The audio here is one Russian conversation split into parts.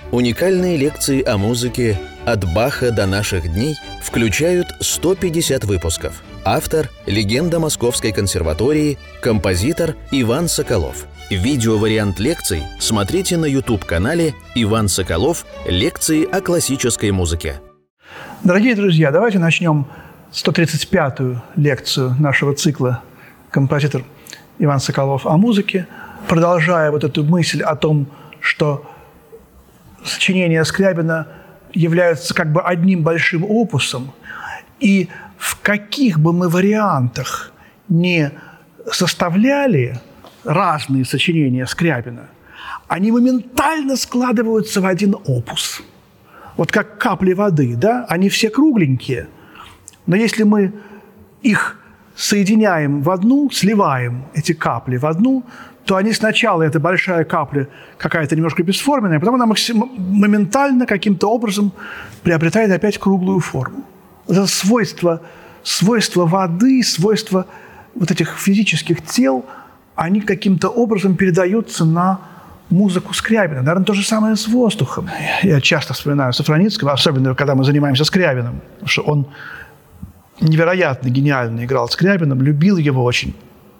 Уникальные лекции о музыке «От Баха до наших дней» включают 150 выпусков. Автор – легенда Московской консерватории, композитор Иван Соколов. Видеовариант лекций смотрите на YouTube-канале «Иван Соколов. Лекции о классической музыке». Дорогие друзья, давайте начнем 135-ю лекцию нашего цикла «Композитор Иван Соколов о музыке», продолжая вот эту мысль о том, что сочинения Скрябина являются как бы одним большим опусом, и в каких бы мы вариантах не составляли разные сочинения Скрябина, они моментально складываются в один опус. Вот как капли воды, да? Они все кругленькие, но если мы их соединяем в одну, сливаем эти капли в одну, то они сначала, эта большая капля какая-то немножко бесформенная, потом она моментально каким-то образом приобретает опять круглую форму. Это свойство воды, свойства вот этих физических тел, они каким-то образом передаются на музыку Скрябина. Наверное, то же самое с воздухом. Я часто вспоминаю Сафроницкого, особенно когда мы занимаемся Скрябиным, потому что он невероятно гениально играл Скрябиным, любил его очень.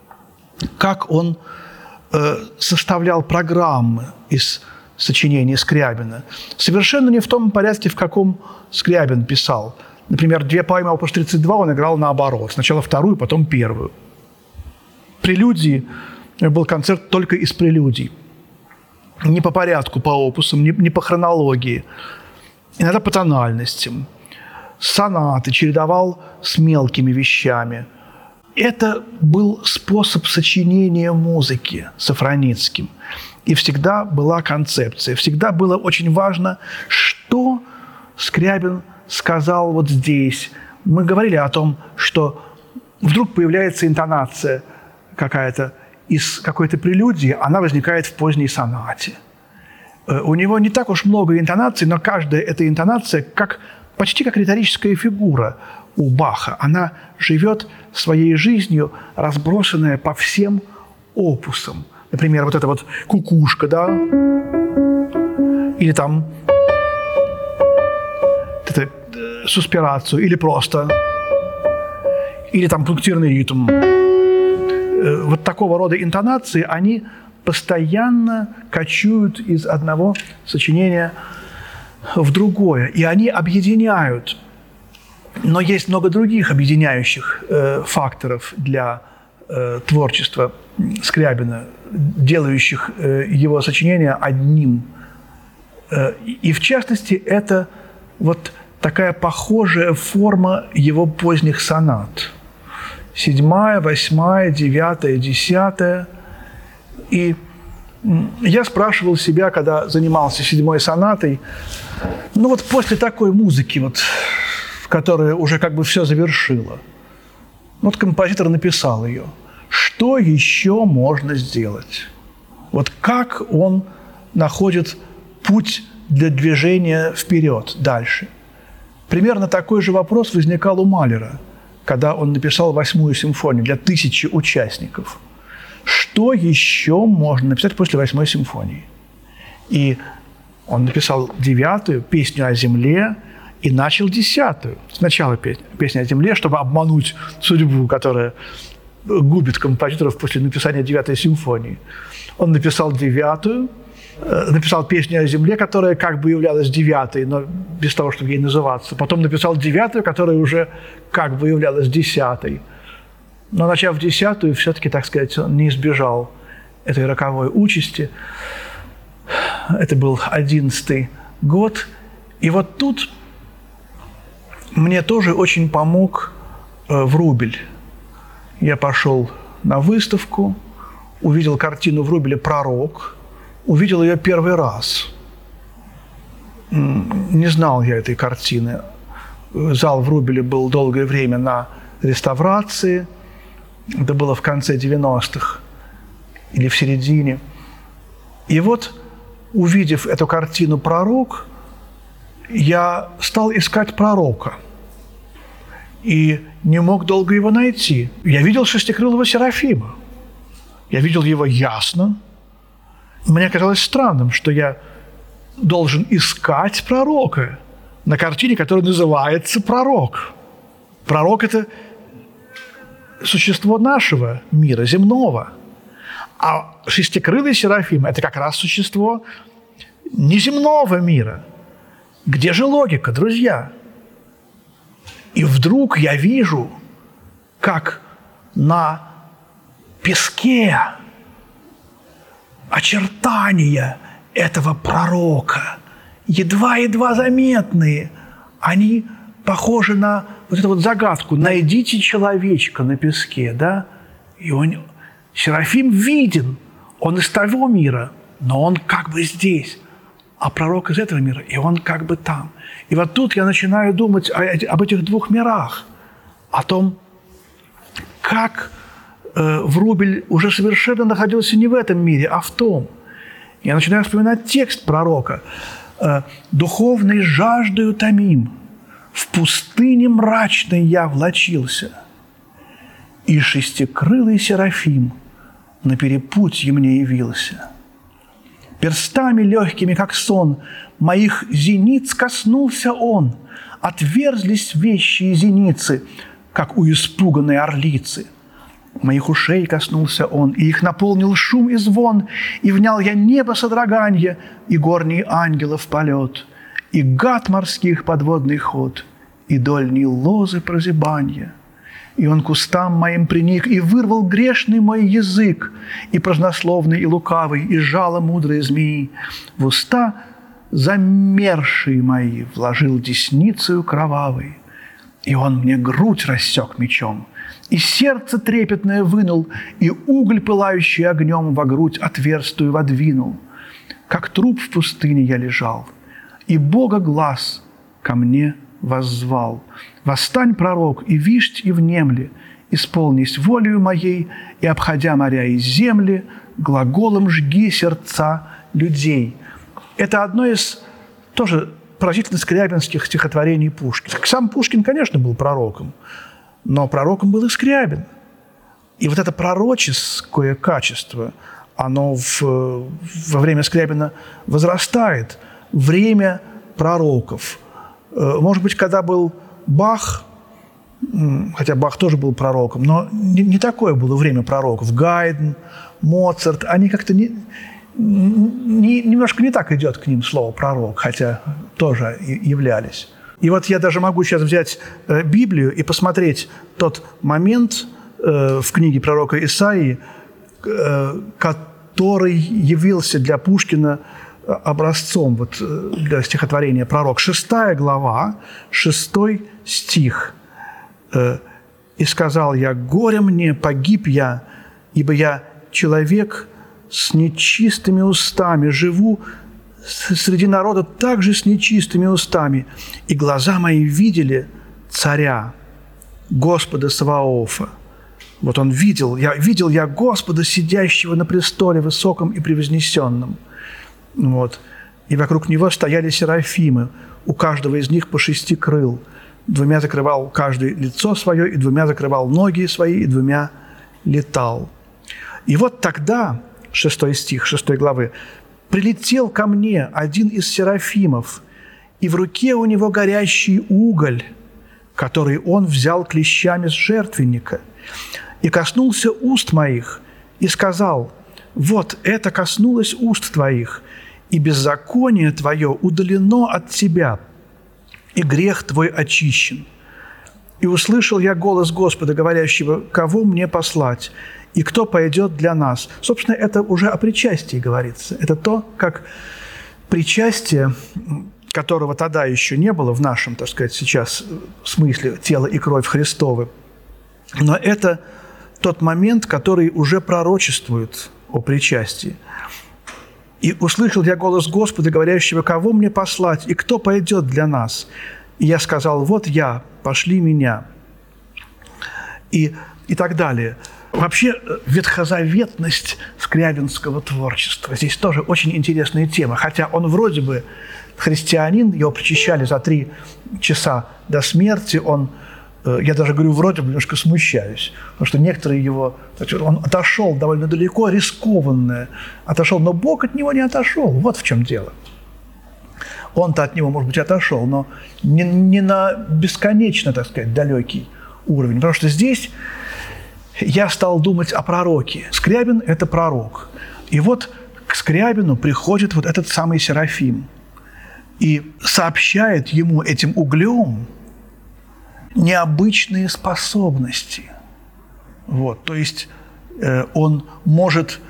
Как он составлял программы из сочинений Скрябина. Совершенно не в том порядке, в каком Скрябин писал. Например, две поэмы опус 32 он играл наоборот. Сначала вторую, потом первую. Прелюдии был концерт только из прелюдий. Не по порядку, по опусам, не по хронологии. Иногда по тональностям. Сонаты чередовал с мелкими вещами. Это был способ сочинения музыки Сафроницким. И всегда была концепция. Всегда было очень важно, что Скрябин сказал вот здесь. Мы говорили о том, что вдруг появляется интонация какая-то из какой-то прелюдии, она возникает в поздней сонате. У него не так уж много интонаций, но каждая эта интонация почти как риторическая фигура у Баха. Она живет своей жизнью, разбросанная по всем опусам. Например, вот эта вот кукушка, да? Или там это суспирацию, или просто. Или там пунктирный ритм. Вот такого рода интонации, они постоянно кочуют из одного сочинения в другое. И они объединяют. Но есть много других объединяющих факторов для творчества Скрябина, делающих его сочинение одним. И в частности, это вот такая похожая форма его поздних сонат. 7-я, 8-я, 9-я, 10-я. И я спрашивал себя, когда занимался 7-й сонатой, ну вот после такой музыки, вот, которая уже как бы все завершила, вот композитор написал ее, что еще можно сделать? Вот как он находит путь для движения вперед, дальше? Примерно такой же вопрос возникал у Малера, когда он написал 8-ю симфонию для 1000 участников. Что еще можно написать после 8-й симфонии? И он написал 9-ю, песню о земле, и начал 10-ю. Сначала песня о земле, чтобы обмануть судьбу, которая губит композиторов после написания 9-й симфонии. Он написал 9-ю, написал песню о земле, которая как бы являлась 9-й, но без того, чтобы ей называться. Потом написал 9-ю, которая уже как бы являлась 10-й. Но, начав 10-ю, все-таки, так сказать, он не избежал этой роковой участи. Это был 11-й год. И вот тут мне тоже очень помог Врубель. Я пошел на выставку, увидел картину Врубеля «Пророк», увидел ее первый раз. Не знал я этой картины. Зал Врубеля был долгое время на реставрации. Это было в конце 90-х или в середине. И вот, увидев эту картину «Пророк», я стал искать пророка. И не мог долго его найти. Я видел шестикрылого Серафима. Я видел его ясно. Мне казалось странным, что я должен искать пророка на картине, которая называется «Пророк». Пророк – это существо нашего мира, земного. А шестикрылый Серафим – это как раз существо неземного мира. Где же логика, друзья? И вдруг я вижу, как на песке очертания этого пророка, едва-едва заметные, они похожи на вот эту вот загадку «найдите человечка на песке», да? И Серафим виден, он из того мира, но он как бы здесь, а пророк из этого мира, и он как бы там. И вот тут я начинаю думать об этих двух мирах, о том, как Врубель уже совершенно находился не в этом мире, а в том. Я начинаю вспоминать текст пророка. «Духовной жаждою томим, в пустыне мрачной я влачился, и шестикрылый Серафим на перепутье мне явился. Перстами легкими, как сон, моих зениц коснулся он, отверзлись вещие зеницы, как у испуганной орлицы. Моих ушей коснулся он, и их наполнил шум и звон, и внял я небо содроганье, и горние ангелов полет, и гад морских подводный ход, и дольние лозы прозябанья. И он к устам моим приник, и вырвал грешный мой язык, и празднословный, и лукавый, и жало мудрой змеи. В уста замершие мои вложил десницею кровавой, и он мне грудь рассек мечом, и сердце трепетное вынул, и уголь, пылающий огнем, во грудь отверстую водвинул. Как труп в пустыне я лежал, и Бога глаз ко мне воззвал. «Восстань, пророк, и вишть, и внемли, исполнись волею моей, и, обходя моря и земли, глаголом жги сердца людей». Это одно из тоже поразительно скрябинских стихотворений Пушкина. Сам Пушкин, конечно, был пророком, но пророком был и Скрябин. И вот это пророческое качество, оно во время Скрябина возрастает. Время пророков. Может быть, когда был Бах, хотя Бах тоже был пророком, но не такое было время пророков. Гайден, Моцарт, они как-то немножко не так идет к ним слово «пророк», хотя тоже являлись. И вот я даже могу сейчас взять Библию и посмотреть тот момент в книге пророка Исаии, который явился для Пушкина образцом для стихотворения «Пророк». 6 глава, 6 стих. «И сказал я, горе мне, погиб я, ибо я человек с нечистыми устами, живу среди народа также с нечистыми устами, и глаза мои видели царя, Господа Саваофа». Вот он видел я Господа, сидящего на престоле высоком и превознесенном. Вот. И вокруг него стояли серафимы, у каждого из них по 6 крыл. 2 закрывал каждый лицо свое, и 2 закрывал ноги свои, и 2 летал. И вот тогда, 6 стих 6 главы, «Прилетел ко мне один из серафимов, и в руке у него горящий уголь, который он взял клещами с жертвенника, и коснулся уст моих, и сказал, вот это коснулось уст твоих, и беззаконие твое удалено от тебя, и грех твой очищен. И услышал я голос Господа, говорящего, кого мне послать, и кто пойдет для нас». Собственно, это уже о причастии говорится. Это то, как причастие, которого тогда еще не было в нашем, так сказать, сейчас смысле тело и кровь Христовы. Но это тот момент, который уже пророчествует о причастии. «И услышал я голос Господа, говорящего, кого мне послать, и кто пойдет для нас? И я сказал, вот я, пошли меня». И так далее. Вообще, ветхозаветность скрябинского творчества. Здесь тоже очень интересная тема. Хотя он вроде бы христианин, его причащали за 3 часа до смерти, я даже говорю, вроде бы немножко смущаюсь, потому что некоторые его... Он отошел довольно далеко, рискованное отошел, но Бог от него не отошел. Вот в чем дело. Он-то от него, может быть, отошел, но не на бесконечно, так сказать, далекий уровень. Потому что здесь я стал думать о пророке. Скрябин – это пророк. И вот к Скрябину приходит вот этот самый Серафим и сообщает ему этим углем необычные способности. Вот, то есть он может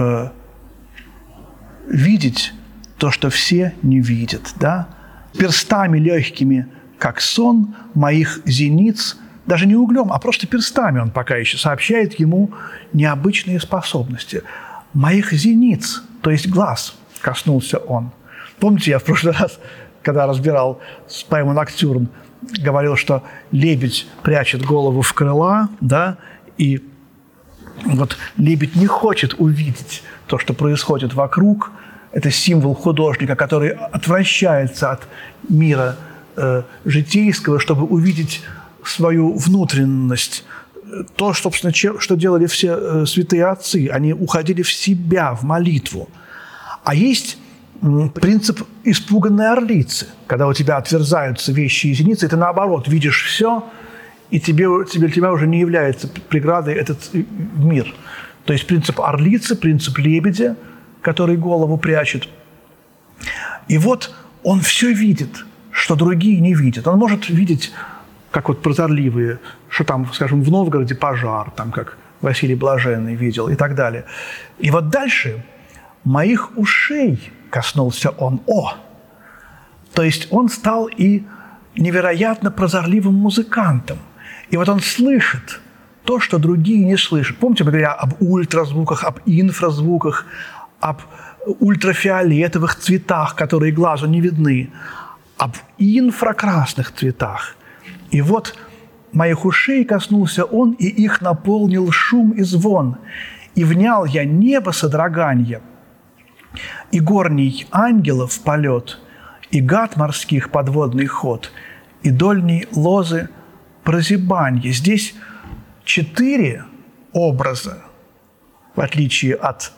видеть то, что все не видят. Да? Перстами легкими, как сон, моих зениц, даже не углем, а просто перстами он пока еще сообщает ему необычные способности. Моих зениц, то есть глаз, коснулся он. Помните, я в прошлый раз, когда разбирал поэму «Ноктюрн», говорил, что лебедь прячет голову в крыла, да, и вот лебедь не хочет увидеть то, что происходит вокруг. Это символ художника, который отвращается от мира житейского, чтобы увидеть свою внутренность. То, собственно, что делали все святые отцы. Они уходили в себя, в молитву. А есть принцип испуганной орлицы, когда у тебя отверзаются вещи и зеницы, и ты, наоборот, видишь все, и тебя уже не является преградой этот мир. То есть принцип орлицы, принцип лебедя, который голову прячет. И вот он все видит, что другие не видят. Он может видеть, как вот прозорливые, что там, скажем, в Новгороде пожар, там, как Василий Блаженный видел и так далее. И вот дальше моих ушей коснулся он. То есть он стал и невероятно прозорливым музыкантом. И вот он слышит то, что другие не слышат. Помните, мы говорили об ультразвуках, об инфразвуках, об ультрафиолетовых цветах, которые глазу не видны, об инфракрасных цветах. И вот моих ушей коснулся он, и их наполнил шум и звон. И внял я небо содроганье, и горний ангелов полет, и гад морских подводный ход, и дольней лозы прозябанье. Здесь 4 образа, в отличие от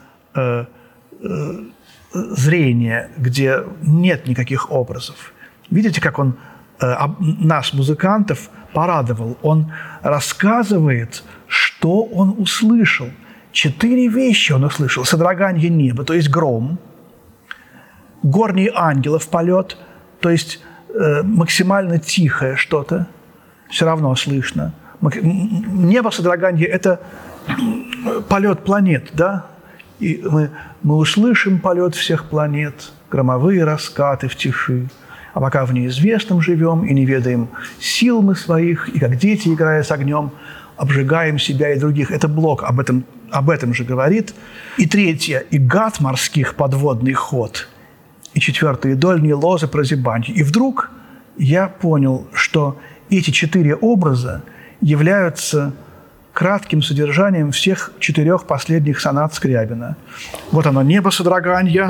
зрения, где нет никаких образов. Видите, как он нас, музыкантов, порадовал? Он рассказывает, что он услышал. 4 вещи он услышал. Содроганье неба, то есть гром, горний ангелов полет, то есть максимально тихое что-то, все равно слышно. Небо содроганье – это полет планет, да? И мы услышим полет всех планет, громовые раскаты в тиши. А пока в неизвестном живем и не ведаем сил мы своих, и как дети, играя с огнем, обжигаем себя и других. Это Блок об этом же говорит. И 3 – и гад морских подводный ход. И 4 – дольние лозы прозябанье. И вдруг я понял, что эти 4 образа являются кратким содержанием всех 4 последних сонат Скрябина. Вот оно, небо содроганья.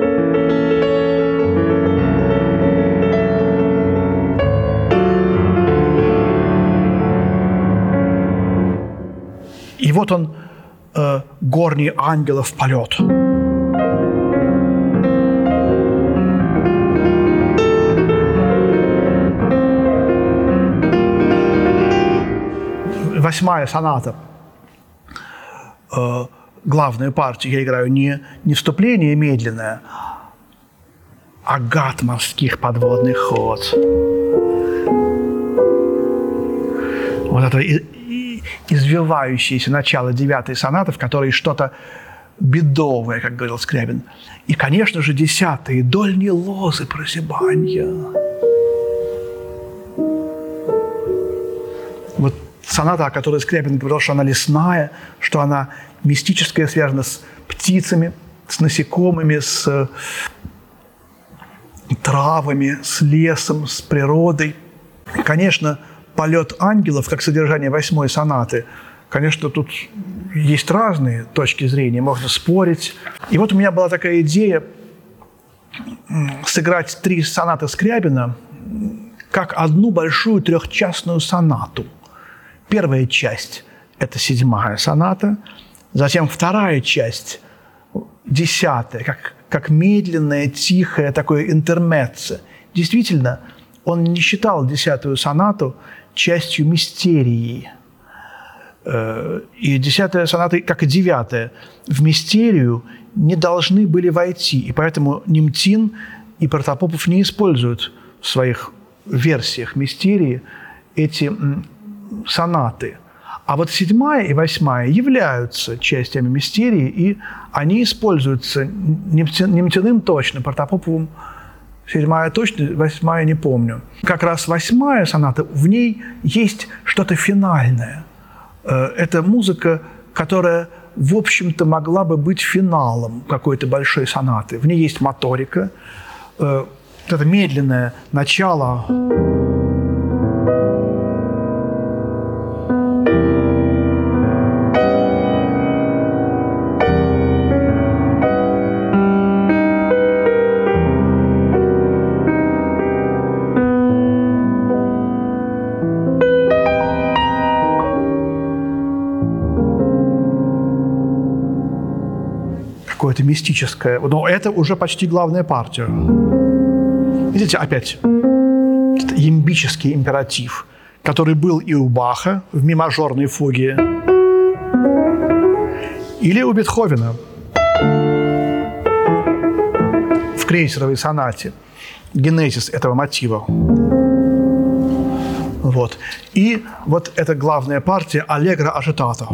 И вот он, горний ангелов полет. Восьмая соната. Главную партию я играю не вступление медленное, а гад морских подводный ход. Вот это извивающееся начало 9-й сонаты, в которой что-то бедовое, как говорил Скрябин. И, конечно же, 10-й – дольние лозы прозябанья. Вот соната, о которой Скрябин говорил, что она лесная, что она мистическая, связана с птицами, с насекомыми, с травами, с лесом, с природой. Конечно, полет ангелов, как содержание 8-й сонаты, конечно, тут есть разные точки зрения, можно спорить. И вот у меня была такая идея сыграть 3 сонаты Скрябина как одну большую 3-частную сонату. Первая часть – это 7-я соната, затем 2-я часть, 10-я, как как медленное, тихое такое интермеццо. Действительно, он не считал 10-ю сонату частью мистерии. И 10-я соната, как и 9-я, в мистерию не должны были войти. И поэтому Немтин и Протопопов не используют в своих версиях мистерии эти сонаты. А вот 7-я и 8-я являются частями мистерии, и они используются Немтиным точно, Протопоповым 7-я точно, 8-я не помню. Как раз 8-я соната, в ней есть что-то финальное. Это музыка, которая, в общем-то, могла бы быть финалом какой-то большой сонаты. В ней есть моторика, это медленное начало. Какое-то мистическое. Но это уже почти главная партия. Видите, опять это ямбический императив, который был и у Баха в ми-мажорной фуге, или у Бетховена в крейсеровой сонате. Генезис этого мотива. Вот. И вот эта главная партия «Аллегро ажитато».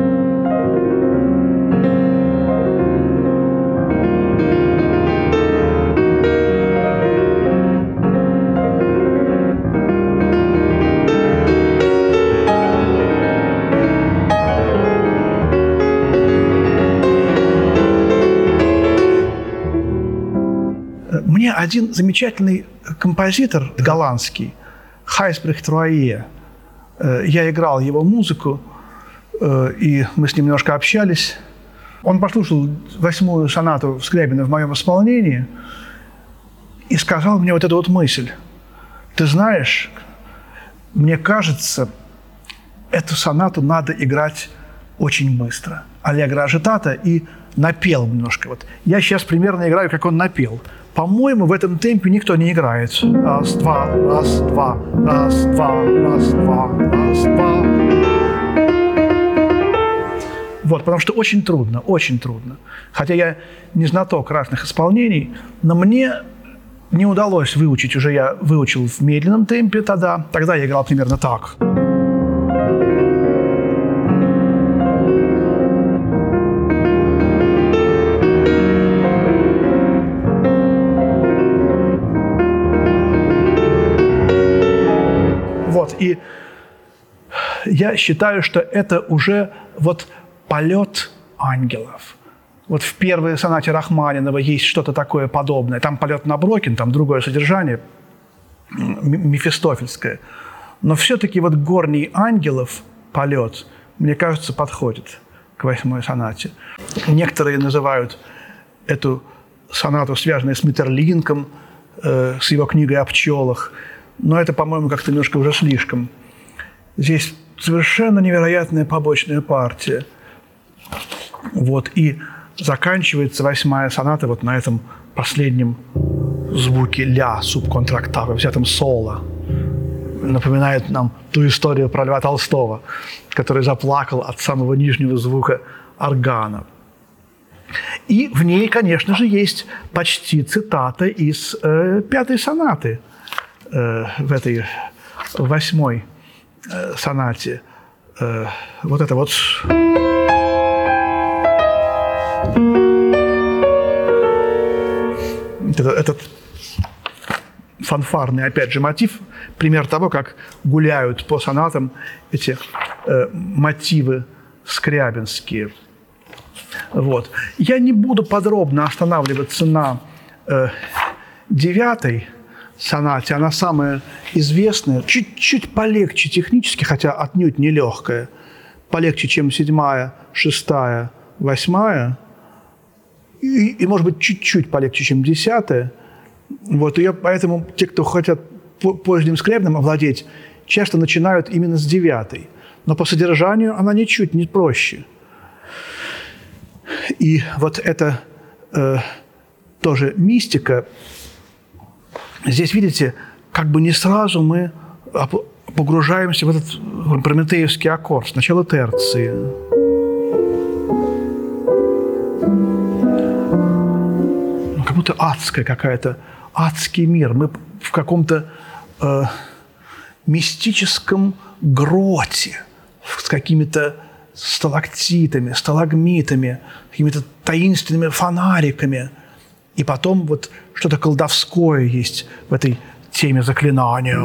Мне один замечательный композитор голландский, Гijsbrecht Ruyer, я играл его музыку, и мы с ним немножко общались. Он послушал 8-ю сонату Скрябина в моем исполнении и сказал мне вот эту вот мысль. Ты знаешь, мне кажется, эту сонату надо играть очень быстро. Аллегро ажитато, и напел немножко. Вот. Я сейчас примерно играю, как он напел. По-моему, в этом темпе никто не играет. Раз, два, раз, два, раз, два, раз, два, раз, два. Вот, потому что очень трудно, очень трудно. Хотя я не знаток разных исполнений, но мне не удалось выучить, уже я выучил в медленном темпе тогда. Тогда я играл примерно так. И я считаю, что это уже вот полет ангелов. Вот в первой сонате Рахманинова есть что-то такое подобное. Там полет на Брокин, там другое содержание, мефистофельское. Но все-таки вот горний ангелов полет, мне кажется, подходит к 8-й сонате. Некоторые называют эту сонату, связанную с Метерлинком, с его книгой о пчелах. Но это, по-моему, как-то немножко уже слишком. Здесь совершенно невероятная побочная партия. Вот. И заканчивается 8-я соната вот на этом последнем звуке ля субконтрактавы, взятом соло. Напоминает нам ту историю про Льва Толстого, который заплакал от самого нижнего звука органа. И в ней, конечно же, есть почти цитата из 5-й сонаты. В этой 8-й сонате. Вот это вот. Этот фанфарный, опять же, мотив, пример того, как гуляют по сонатам эти мотивы скрябинские. Вот. Я не буду подробно останавливаться на 9-й сонате. Она самая известная, чуть-чуть полегче технически, хотя отнюдь не легкая. Полегче, чем 7-я, 6-я, 8-я. И, может быть, чуть-чуть полегче, чем 10-я. Вот. И поэтому те, кто хотят поздним скрябиным овладеть, часто начинают именно с 9-й. Но по содержанию она ничуть не проще. И вот это тоже мистика. Здесь, видите, как бы не сразу мы погружаемся в этот прометеевский аккорд. Сначала терции. Как будто адская какая-то, адский мир. Мы в каком-то мистическом гроте с какими-то сталактитами, сталагмитами, какими-то таинственными фонариками. И потом вот что-то колдовское есть в этой теме заклинания.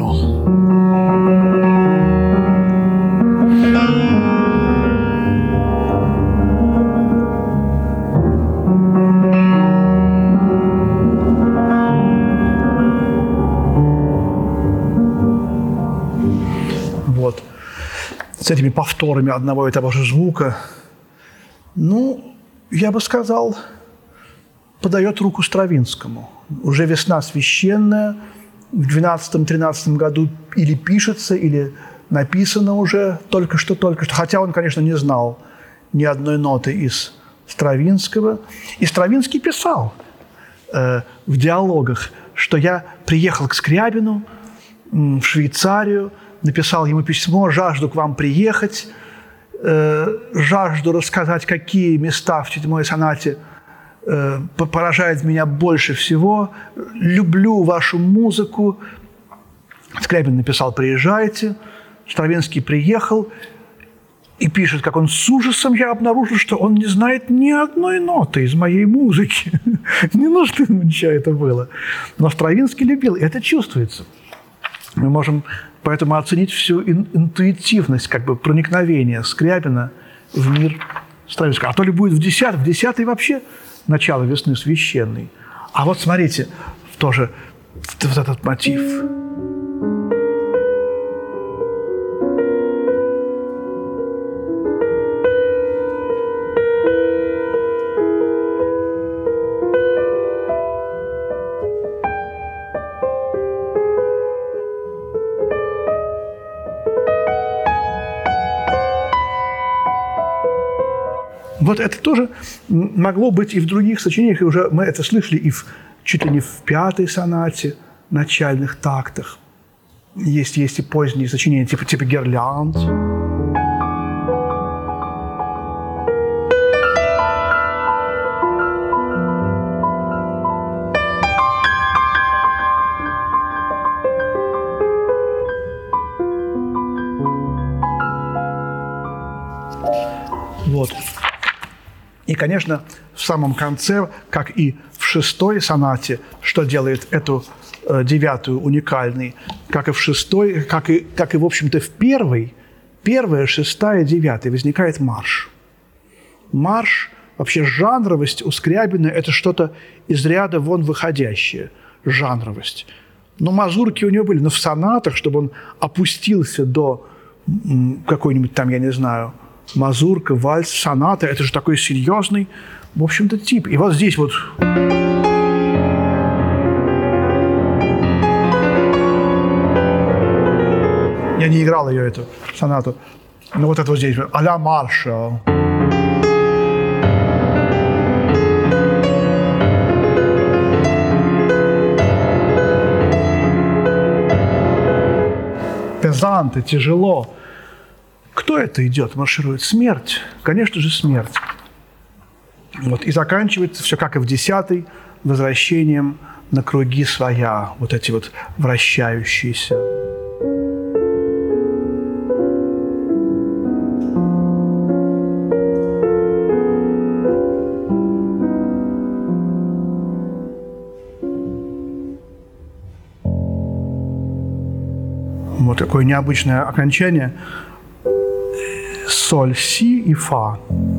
Вот. С этими повторами одного и того же звука. Ну, я бы сказал, подает руку Стравинскому. Уже весна священная, в 12-13 году или пишется, или написано уже только что. Хотя он, конечно, не знал ни одной ноты из Стравинского. И Стравинский писал в диалогах, что я приехал к Скрябину в Швейцарию, написал ему письмо, жажду к вам приехать, жажду рассказать, какие места в 7-й сонате поражает меня больше всего. Люблю вашу музыку. Скрябин написал «Приезжайте». Стравинский приехал и пишет, как он с ужасом я обнаружил, что он не знает ни одной ноты из моей музыки. Не нужно ему ничего это было. Но Стравинский любил, и это чувствуется. Мы можем поэтому оценить всю интуитивность, как бы проникновение Скрябина в мир Стравинского. А то ли будет в 10-й вообще начало весны священной. А вот смотрите, тоже вот этот мотив. Вот это тоже могло быть и в других сочинениях, и уже мы это слышали и чуть ли не в 5-й сонате, начальных тактах. Есть и поздние сочинения, типа «Гирлянд». Вот. И, конечно, в самом конце, как и в 6-й сонате, что делает эту 9-ю уникальной, как и в 6-й, как и в общем-то, в 1-й, 1-я, 6-я, 9-я возникает марш. Марш, вообще жанровость у Скрябина – это что-то из ряда вон выходящее, жанровость. Но мазурки у него были, но в сонатах, чтобы он опустился до какой-нибудь там, я не знаю, мазурка, вальс, соната – это же такой серьезный, в общем-то, тип. И вот здесь вот… Я не играл ее, эту сонату. Но вот это вот здесь а-ля маршал. Пезанты, тяжело. Кто это идет, марширует? Смерть. Конечно же, смерть. Вот. И заканчивается все, как и в 10-й, возвращением на круги своя. Вот эти вот вращающиеся. Вот такое необычное окончание. Соль, си и фа.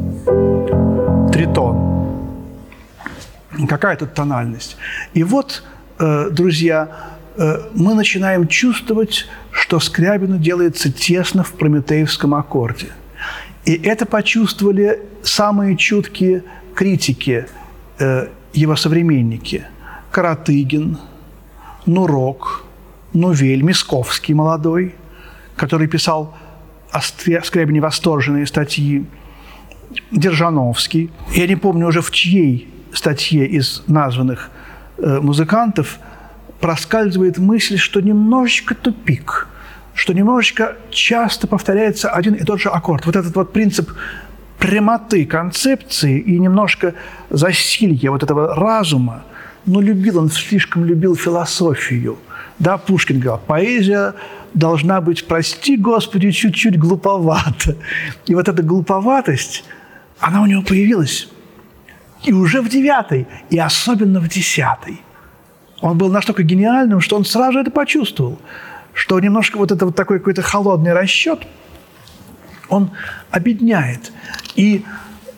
Тритон. Какая тут тональность? И вот, друзья, мы начинаем чувствовать, что Скрябину делается тесно в прометеевском аккорде. И это почувствовали самые чуткие критики, его современники. Каратыгин, Нурок, Нувель, Мисковский молодой, который писал о Скрябине восторженные статьи, Держановский. Я не помню уже в чьей статье из названных музыкантов проскальзывает мысль, что немножечко тупик, что немножечко часто повторяется один и тот же аккорд. Вот этот вот принцип прямоты концепции и немножко засилья вот этого разума, но он слишком любил философию. Да, Пушкин говорил, поэзия должна быть, прости Господи, чуть-чуть глуповата. И вот эта глуповатость, она у него появилась и уже в 9-й, и особенно в 10-й. Он был настолько гениальным, что он сразу это почувствовал, что немножко вот это вот такой какой-то холодный расчет, он обедняет. И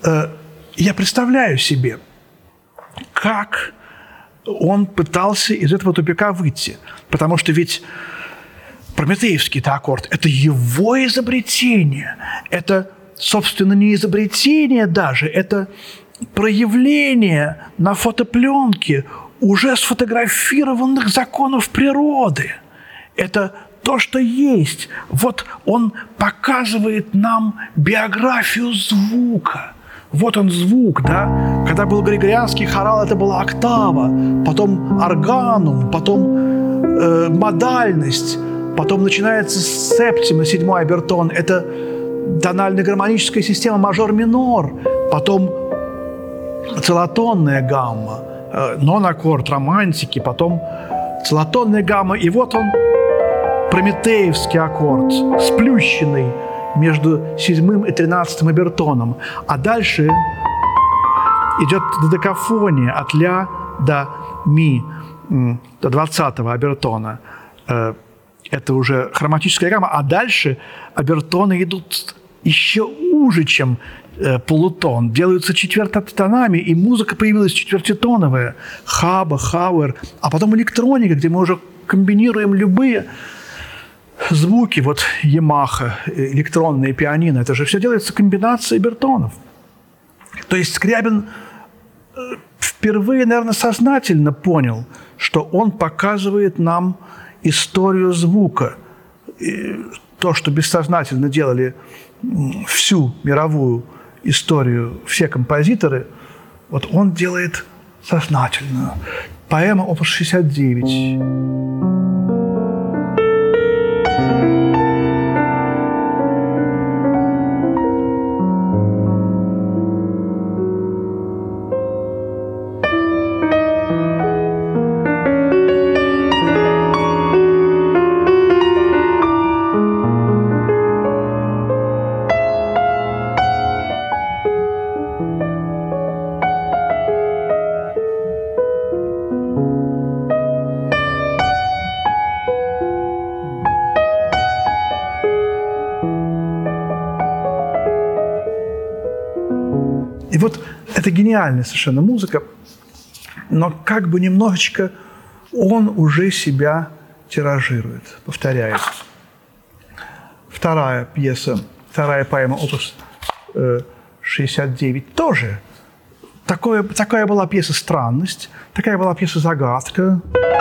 я представляю себе, как он пытался из этого тупика выйти. Потому что ведь прометеевский-то аккорд – это его изобретение. Это, собственно, не изобретение даже, это проявление на фотопленке уже сфотографированных законов природы. Это то, что есть. Вот он показывает нам биографию звука. Вот он звук, да? Когда был григорианский хорал, это была октава, потом органум, потом модальность, потом начинается септима, 7-й обертон, это тонально-гармоническая система мажор-минор, потом целотонная гамма, нон-аккорд, романтики, потом целотонная гамма, и вот он, прометеевский аккорд, сплющенный между 7-м и 13-м обертоном. А дальше идет додекафония от ля до ми, до 20-го обертона. Это уже хроматическая гамма. А дальше обертоны идут еще уже, чем полутон. Делаются четвертотонами, и музыка появилась четвертитоновая. Хаба, хауэр. А потом электроника, где мы уже комбинируем любые звуки, вот Ямаха, электронные пианино, это же все делается комбинацией обертонов. То есть Скрябин впервые, наверное, сознательно понял, что он показывает нам историю звука. И то, что бессознательно делали всю мировую историю все композиторы, вот он делает сознательно. Поэма опус 69. И вот это гениальная совершенно музыка, но как бы немножечко он уже себя тиражирует, повторяет. Вторая пьеса, вторая поэма опус 69 тоже. Такая была пьеса «Странность», такая была пьеса «Загадка».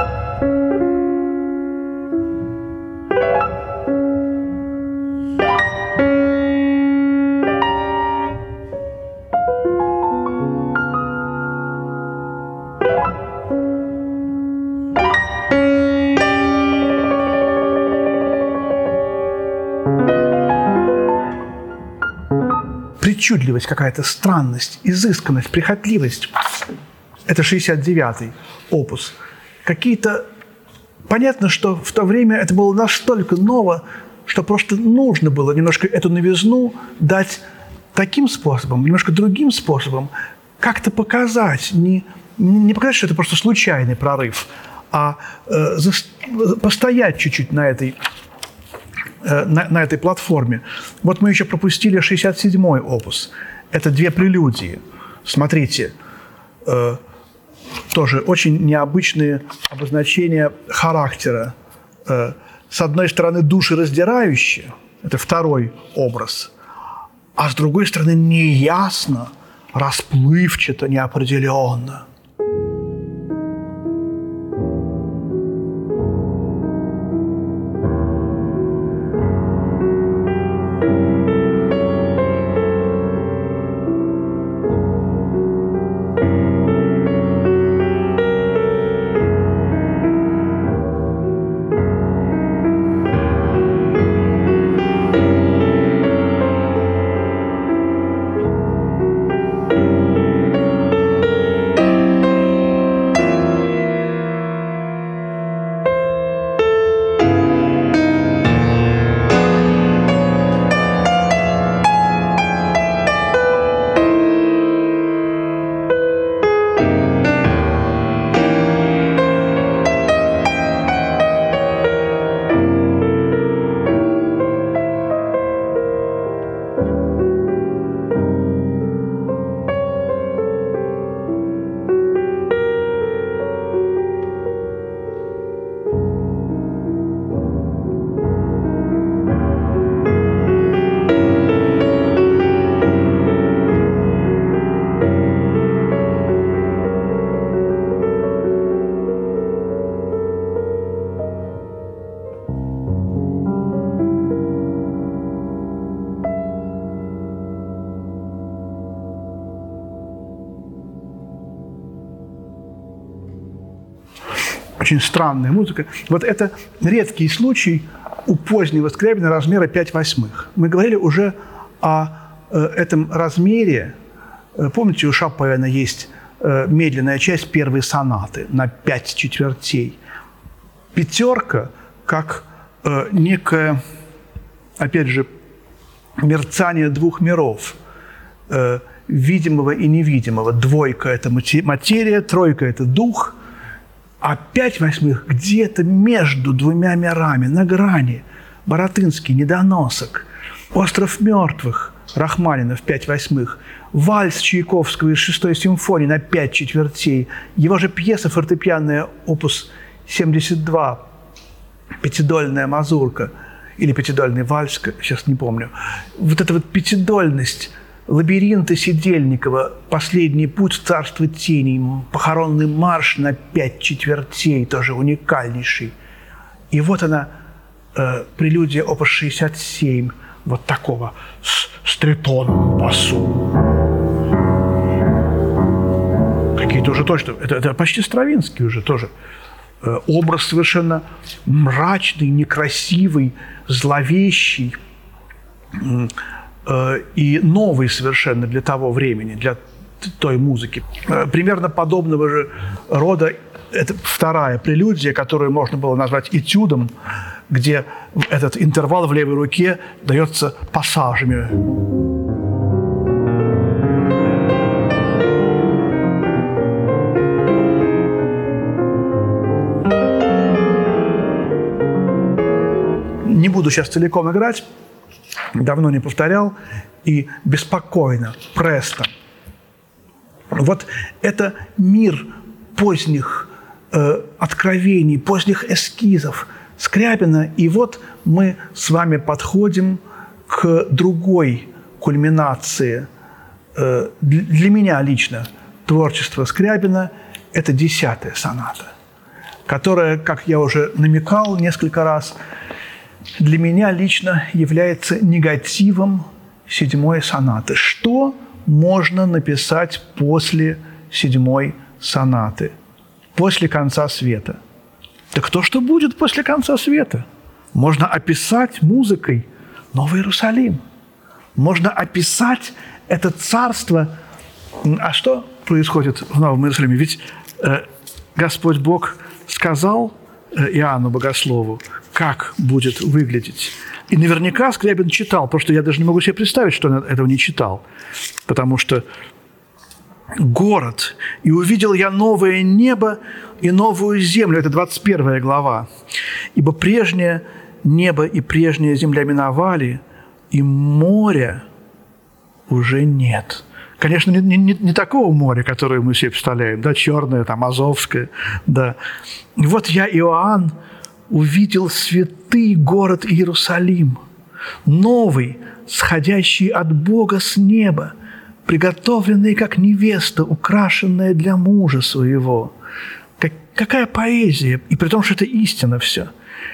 Причудливость какая-то, странность, изысканность, прихотливость. Это 69-й опус. Какие-то... Понятно, что в то время это было настолько ново, что просто нужно было немножко эту новизну дать таким способом, немножко другим способом, как-то показать, не показать, что это просто случайный прорыв, а постоять чуть-чуть на этой платформе. Вот мы еще пропустили 67-й опус. Это 2 прелюдии. Смотрите, тоже очень необычные обозначения характера. С одной стороны, душераздирающие, это 2-й образ, а с другой стороны, неясно, расплывчато, неопределенно. очень странная музыка. Вот это редкий случай у позднего Скрябина размера 5/8. Мы говорили уже о этом размере. Помните, у Шопена есть медленная часть первой сонаты на 5 четвертей. Пятерка как некое, опять же, мерцание двух миров, видимого и невидимого. Двойка – это материя, тройка – это дух, а 5/8 где-то между двумя мирами, на грани. Баратынский, «Недоносок», «Остров мертвых», Рахманинов, 5/8, вальс Чайковского из 6-й симфонии на 5 четвертей, его же пьеса фортепианная, опус 72, пятидольная мазурка или пятидольный вальс, сейчас не помню. Вот эта вот пятидольность, лабиринты Сидельникова, «Последний путь в царство теней», похоронный марш на 5 четвертей, тоже уникальнейший. И вот она, прелюдия опус 67, вот такого, с тритоном басу. Какие-то уже точно, это почти Стравинский уже тоже. Образ совершенно мрачный, некрасивый, зловещий и новый совершенно для того времени, для той музыки. Примерно подобного же рода это вторая прелюдия, которую можно было назвать этюдом, где этот интервал в левой руке дается пассажами. Не буду сейчас целиком играть, давно не повторял, и беспокойно, престо. Вот это мир поздних откровений, поздних эскизов Скрябина, и вот мы с вами подходим к другой кульминации. Для меня лично творчество Скрябина – это 10-я соната, которая, как я уже намекал несколько раз, для меня лично является негативом 7-й сонаты. Что можно написать после 7-й сонаты, после конца света? Так то, что будет после конца света. Можно описать музыкой Новый Иерусалим. Можно описать это царство. А что происходит в Новом Иерусалиме? Ведь Господь Бог сказал Иоанну Богослову, как будет выглядеть. И наверняка Скрябин читал, потому что я даже не могу себе представить, что он этого не читал. Потому что город, и увидел я новое небо и новую землю. Это 21 глава. Ибо прежнее небо и прежняя земля миновали, и моря уже нет. Конечно, не такого моря, которое мы себе представляем, да, черное, там, Азовское, да. И вот я, Иоанн, увидел святый город Иерусалим, новый, сходящий от Бога с неба, приготовленный как невеста, украшенная для мужа своего. Какая поэзия! И при том, что это истина все.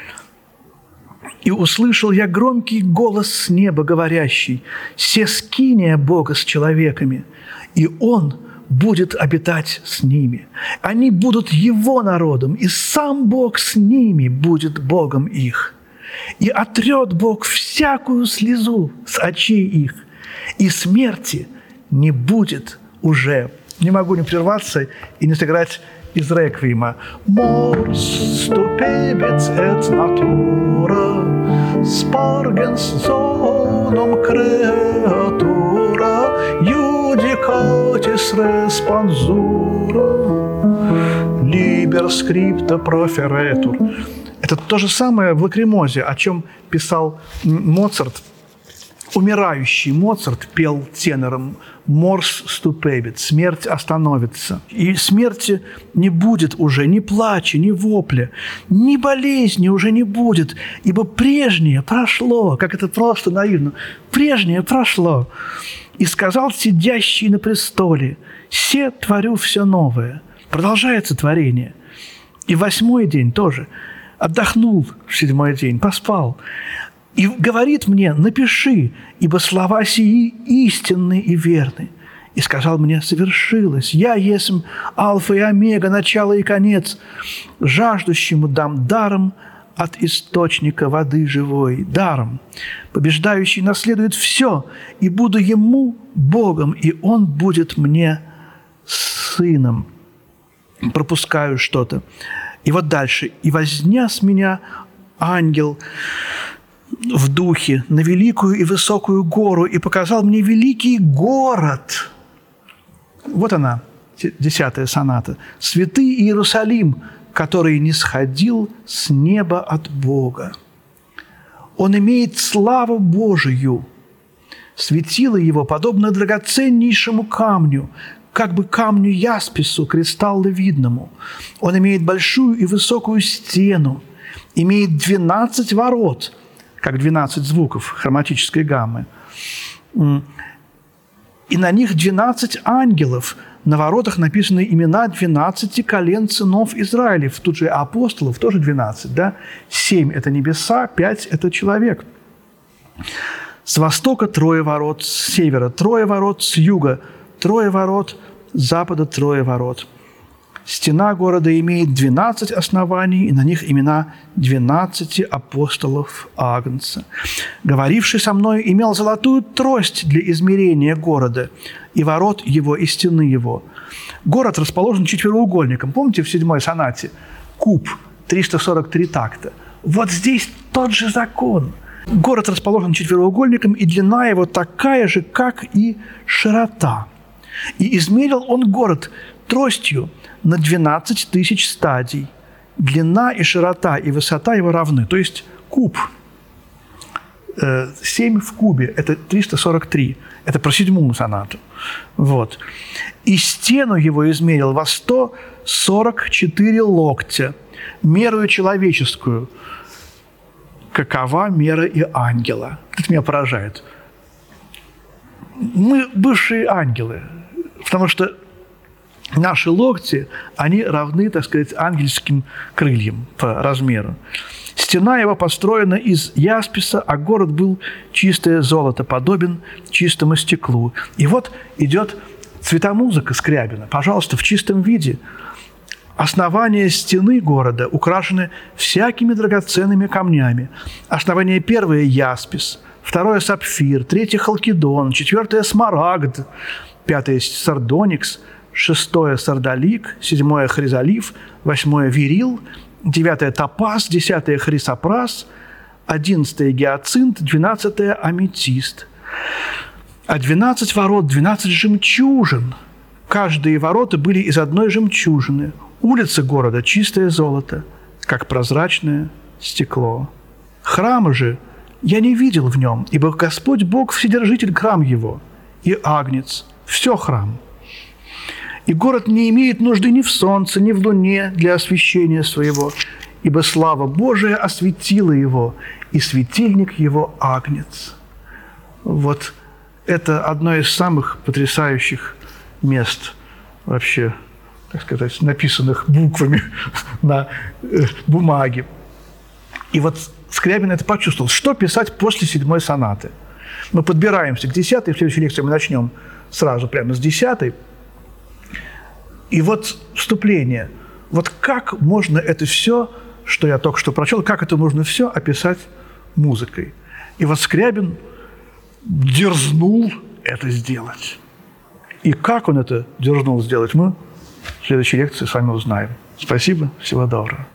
«И услышал я громкий голос с неба, говорящий: се скиния Бога с человеками, и Он будет обитать с ними. Они будут Его народом, и сам Бог с ними будет Богом их. И отрет Бог всякую слезу с очей их, и смерти не будет уже». Не могу не прерваться и не сыграть из реквиема. «Mors stupebits et natura, spargens zonum creatura, judicatis responsura, liber scripta proferetur». Это то же самое в «Лакримозе», о чем писал Моцарт. Умирающий Моцарт пел тенором «Морс ступебит», смерть остановится. И смерти не будет уже, ни плача, ни вопля, ни болезни уже не будет, ибо прежнее прошло, как это просто наивно, прежнее прошло. И сказал сидящий на престоле: «Се творю все новое». Продолжается творение. И 8-й день тоже. Отдохнул в 7-й день, поспал. И говорит мне: напиши, ибо слова сии истинны и верны. и сказал мне: совершилось, я есмь Алфа и Омега, начало и конец, жаждущему дам даром от источника воды живой, даром. Побеждающий наследует все, и буду ему Богом, и он будет мне сыном. Пропускаю что-то. И вот дальше. «И вознес меня ангел в духе на великую и высокую гору, и показал мне великий город». Вот она, 10-я соната. «Святый Иерусалим, который не сходил с неба от Бога. Он имеет славу Божию. Светило его подобно драгоценнейшему камню, как бы камню яспису кристалловидному. Он имеет большую и высокую стену, имеет 12 ворот, как 12 звуков хроматической гаммы. И на них 12 ангелов. На воротах написаны имена 12 колен сынов Израилев. Тут же апостолов тоже 12, да? 7 – это небеса, 5 – это человек. С востока 3 ворот, с севера 3 ворот, с юга 3 ворот, с запада 3 ворот. Стена города имеет 12 оснований, и на них имена 12 апостолов Агнца. Говоривший со мной имел золотую трость для измерения города, и ворот его, и стены его. Город расположен четвероугольником. Помните в 7-й сонате? Куб, 343 такта. Вот здесь тот же закон. Город расположен четвероугольником, и длина его такая же, как и широта. И измерил он город тростью на 12 тысяч стадий. Длина и широта и высота его равны. То есть куб. 7 в кубе – это 343. Это про 7-ю сонату. Вот. И стену его измерил во 144 локтя, мерою человеческую. Какова мера и ангела? Это меня поражает. Мы бывшие ангелы, потому что наши локти, они равны, так сказать, ангельским крыльям по размеру. Стена его построена из ясписа, а город был чистое золото, подобен чистому стеклу. И вот идет цветомузыка Скрябина, пожалуйста, в чистом виде. Основания стены города украшены всякими драгоценными камнями. Основание первое – яспис, второе – сапфир, третье – халкидон, четвертое – смарагд, пятое – сардоникс, шестое – сардолик, седьмое – хризолиф, восьмое – верил, девятое – топаз, десятое – хрисопрас, 11 гиацинт, 12 аметист. А 12 ворот, 12 жемчужин. Каждые ворота были из одной жемчужины. Улицы города – чистое золото, как прозрачное стекло. Храма же я не видел в нем, ибо Господь Бог – вседержитель храм его, и агнец – все храм. И город не имеет нужды ни в солнце, ни в луне для освещения своего, ибо слава Божия осветила его, и светильник его агнец». Вот это одно из самых потрясающих мест вообще, так сказать, написанных буквами на бумаге. И вот Скрябин это почувствовал. Что писать после 7-й сонаты? Мы подбираемся к 10-й, в следующей лекции мы начнем сразу прямо с 10-й. И вот вступление. Вот как можно это все, что я только что прочел, как это можно все описать музыкой? И вот Скрябин дерзнул это сделать. И как он это дерзнул сделать, мы в следующей лекции с вами узнаем. Спасибо, всего доброго.